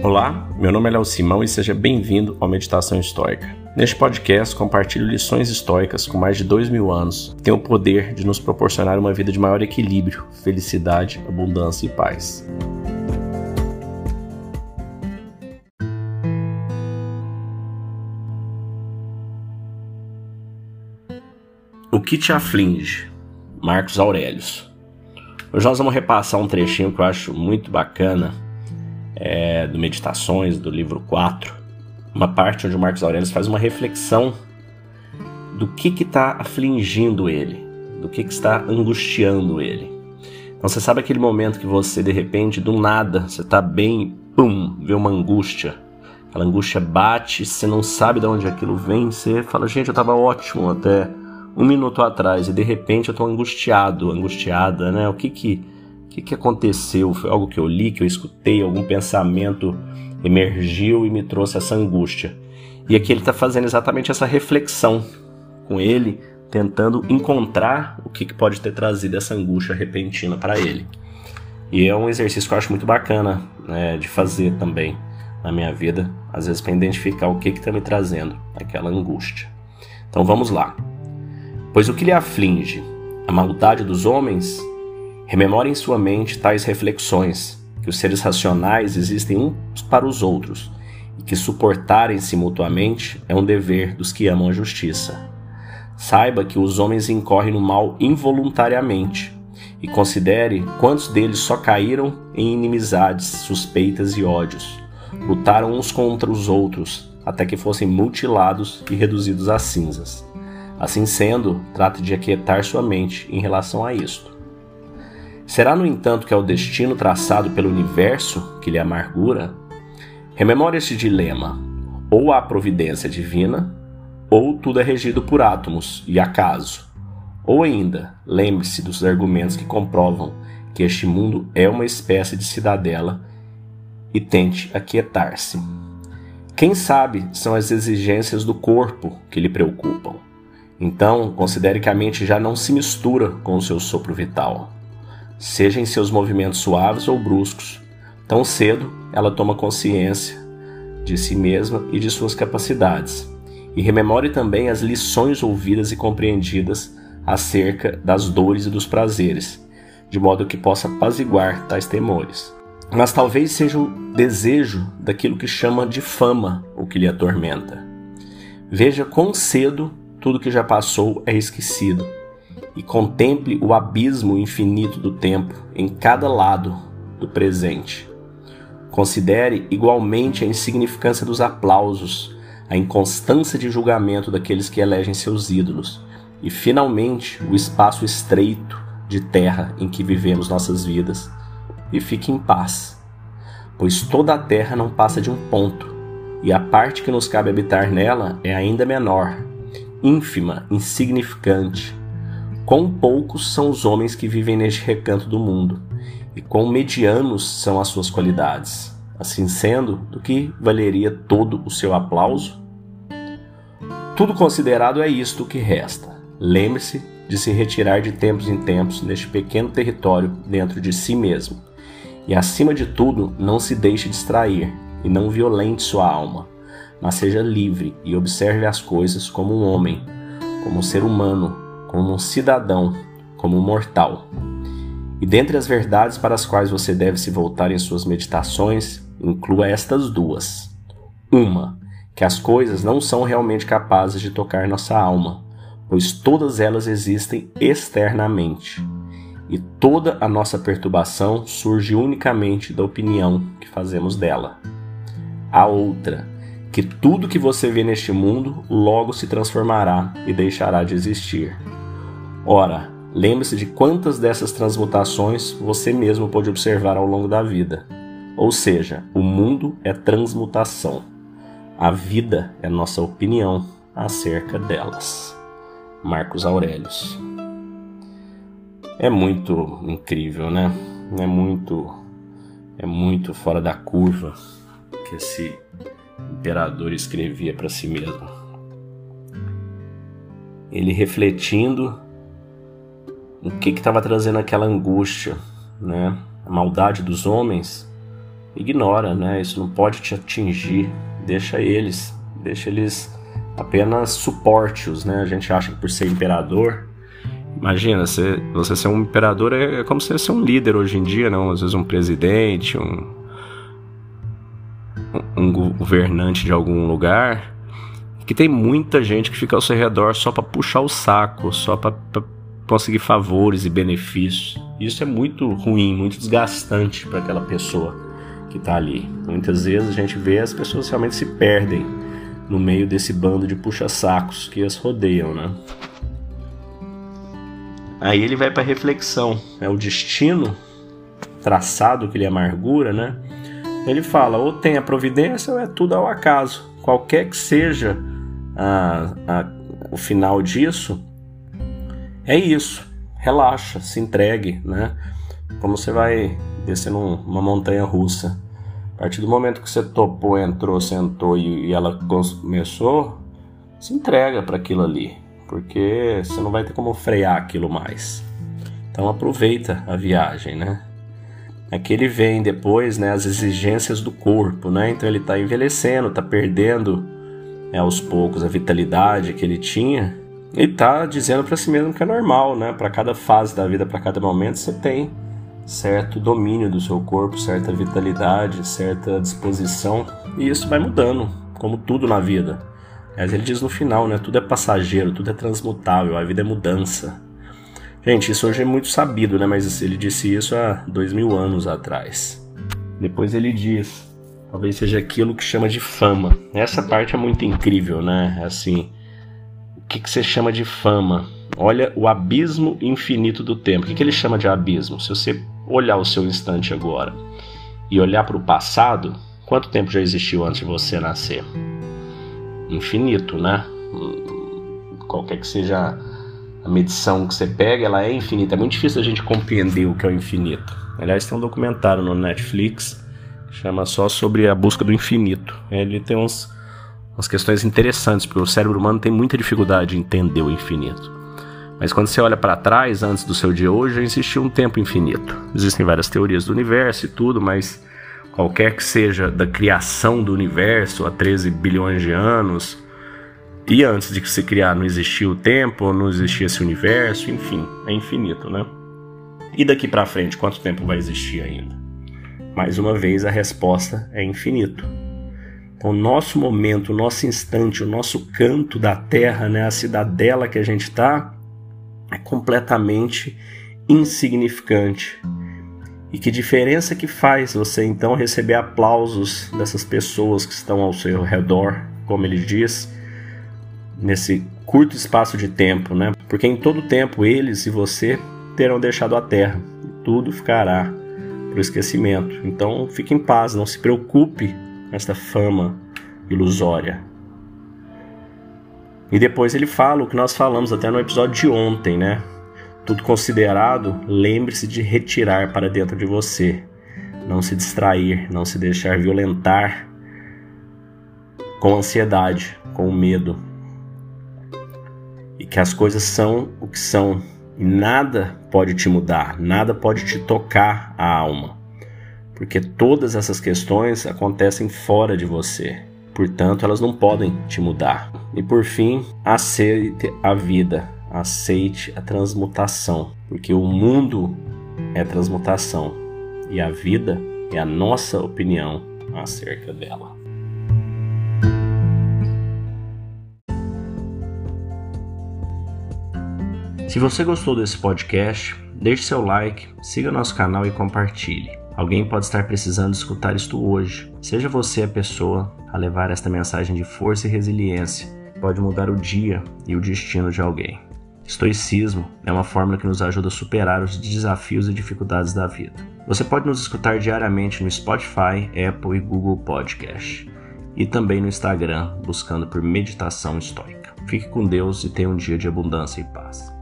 Olá, meu nome é Léo Simão e seja bem-vindo ao Meditação Estoica. Neste podcast, compartilho lições estoicas com mais de 2000 anos que têm o poder de nos proporcionar uma vida de maior equilíbrio, felicidade, abundância e paz. O que te aflige? Marcos Aurelius. Hoje nós vamos repassar um trechinho que eu acho muito bacana do Meditações, do livro 4, uma parte onde o Marcos Aurelius faz uma reflexão do que está afligindo ele, do que está angustiando ele. Então você sabe aquele momento que você, de repente, do nada, você está bem, vê uma angústia, aquela angústia bate, você não sabe de onde aquilo vem, você fala, gente, eu estava ótimo até um minuto atrás e de repente eu estou angustiada, né? O que aconteceu? Foi algo que eu li, que eu escutei, algum pensamento emergiu e me trouxe essa angústia. E aqui ele está fazendo exatamente essa reflexão com ele, tentando encontrar o que pode ter trazido essa angústia repentina para ele. E é um exercício que eu acho muito bacana, né, de fazer também na minha vida, às vezes para identificar o que está me trazendo aquela angústia. Então vamos lá. Pois o que lhe aflige? A maldade dos homens? Rememore em sua mente tais reflexões, que os seres racionais existem uns para os outros, e que suportarem-se mutuamente é um dever dos que amam a justiça. Saiba que os homens incorrem no mal involuntariamente, e considere quantos deles só caíram em inimizades, suspeitas e ódios. Lutaram uns contra os outros, até que fossem mutilados e reduzidos a cinzas. Assim sendo, trate de aquietar sua mente em relação a isto. Será, no entanto, que é o destino traçado pelo universo que lhe amargura? Rememore este dilema. Ou há providência divina, ou tudo é regido por átomos e acaso. Ou ainda, lembre-se dos argumentos que comprovam que este mundo é uma espécie de cidadela e tente aquietar-se. Quem sabe são as exigências do corpo que lhe preocupam. Então, considere que a mente já não se mistura com o seu sopro vital. Seja em seus movimentos suaves ou bruscos, tão cedo ela toma consciência de si mesma e de suas capacidades. E rememore também as lições ouvidas e compreendidas acerca das dores e dos prazeres, de modo que possa apaziguar tais temores. Mas talvez seja o desejo daquilo que chama de fama o que lhe atormenta. Veja quão cedo tudo que já passou é esquecido. E contemple o abismo infinito do tempo em cada lado do presente. Considere igualmente a insignificância dos aplausos, a inconstância de julgamento daqueles que elegem seus ídolos, e finalmente o espaço estreito de terra em que vivemos nossas vidas. E fique em paz, pois toda a terra não passa de um ponto, e a parte que nos cabe habitar nela é ainda menor, ínfima, insignificante. Quão poucos são os homens que vivem neste recanto do mundo, e quão medianos são as suas qualidades. Assim sendo, do que valeria todo o seu aplauso? Tudo considerado é isto que resta. Lembre-se de se retirar de tempos em tempos neste pequeno território dentro de si mesmo. E acima de tudo, não se deixe distrair, e não violente sua alma, mas seja livre e observe as coisas como um homem, como um ser humano, como um cidadão, como um mortal. E dentre as verdades para as quais você deve se voltar em suas meditações, inclua estas duas. Uma, que as coisas não são realmente capazes de tocar nossa alma, pois todas elas existem externamente. E toda a nossa perturbação surge unicamente da opinião que fazemos dela. A outra, que tudo que você vê neste mundo logo se transformará e deixará de existir. Ora, lembre-se de quantas dessas transmutações você mesmo pode observar ao longo da vida. Ou seja, o mundo é transmutação. A vida é nossa opinião acerca delas. Marcos Aurelius. É muito incrível, né? É muito fora da curva que esse imperador escrevia para si mesmo. Ele refletindo o que estava trazendo aquela angústia, né? A maldade dos homens, ignora, né? Isso não pode te atingir. Deixa eles apenas suporte-os, né? A gente acha que por ser imperador, imagina, você ser um imperador é como você ser um líder hoje em dia, não? Às vezes um presidente, um governante de algum lugar, que tem muita gente que fica ao seu redor só para puxar o saco, só para conseguir favores e benefícios. Isso é muito ruim, muito desgastante para aquela pessoa que está ali. Muitas vezes a gente vê as pessoas realmente se perdem no meio desse bando de puxa-sacos que as rodeiam, né? Aí ele vai para a reflexão, é o destino traçado que lhe amargura, né? Ele fala, ou tem a providência ou é tudo ao acaso. Qualquer que seja o final disso, é isso. Relaxa, se entregue, né? Como você vai descer numa montanha russa. A partir do momento que você topou, entrou, sentou e ela começou, se entrega para aquilo ali, porque você não vai ter como frear aquilo mais. Então aproveita a viagem, né? Aqui ele vem depois, né, as exigências do corpo, né? Então ele está envelhecendo, está perdendo aos poucos a vitalidade que ele tinha. Ele está dizendo para si mesmo que é normal, né? Para cada fase da vida, para cada momento, você tem certo domínio do seu corpo, certa vitalidade, certa disposição, e isso vai mudando, como tudo na vida. Mas ele diz no final, né? Tudo é passageiro, tudo é transmutável, a vida é mudança. Gente, isso hoje é muito sabido, né? Mas ele disse isso há 2000 anos atrás. Depois ele diz, talvez seja aquilo que chama de fama. Essa parte é muito incrível, né? Assim, o que você chama de fama? Olha o abismo infinito do tempo. O que ele chama de abismo? Se você olhar o seu instante agora e olhar para o passado, quanto tempo já existiu antes de você nascer? Infinito, né? Qualquer que seja a medição que você pega, ela é infinita. É muito difícil a gente compreender o que é o infinito. Aliás, tem um documentário no Netflix que chama só sobre a busca do infinito. Ele tem umas questões interessantes, porque o cérebro humano tem muita dificuldade em entender o infinito. Mas quando você olha para trás, antes do seu dia hoje, já existiu um tempo infinito. Existem várias teorias do universo e tudo, mas qualquer que seja da criação do universo há 13 bilhões de anos, e antes de se criar não existia o tempo, não existia esse universo, enfim, é infinito, né? E daqui para frente, quanto tempo vai existir ainda? Mais uma vez, a resposta é infinito. Então, o nosso momento, o nosso instante, o nosso canto da Terra, né, a cidadela que a gente está, é completamente insignificante. E que diferença que faz você então receber aplausos dessas pessoas que estão ao seu redor, como ele diz, nesse curto espaço de tempo, né? Porque em todo tempo eles e você terão deixado a terra, e tudo ficará para o esquecimento. Então fique em paz, não se preocupe com esta fama ilusória. E depois ele fala o que nós falamos até no episódio de ontem, né? Tudo considerado, lembre-se de retirar para dentro de você. Não se distrair, não se deixar violentar com ansiedade, com medo. E que as coisas são o que são. E nada pode te mudar, nada pode te tocar a alma. Porque todas essas questões acontecem fora de você. Portanto, elas não podem te mudar. E por fim, aceite a vida, aceite a transmutação, porque o mundo é transmutação e a vida é a nossa opinião acerca dela. Se você gostou desse podcast, deixe seu like, siga nosso canal e compartilhe. Alguém pode estar precisando escutar isto hoje. Seja você a pessoa a levar esta mensagem de força e resiliência. Pode mudar o dia e o destino de alguém. Estoicismo é uma fórmula que nos ajuda a superar os desafios e dificuldades da vida. Você pode nos escutar diariamente no Spotify, Apple e Google Podcast. E também no Instagram, buscando por Meditação Estoica. Fique com Deus e tenha um dia de abundância e paz.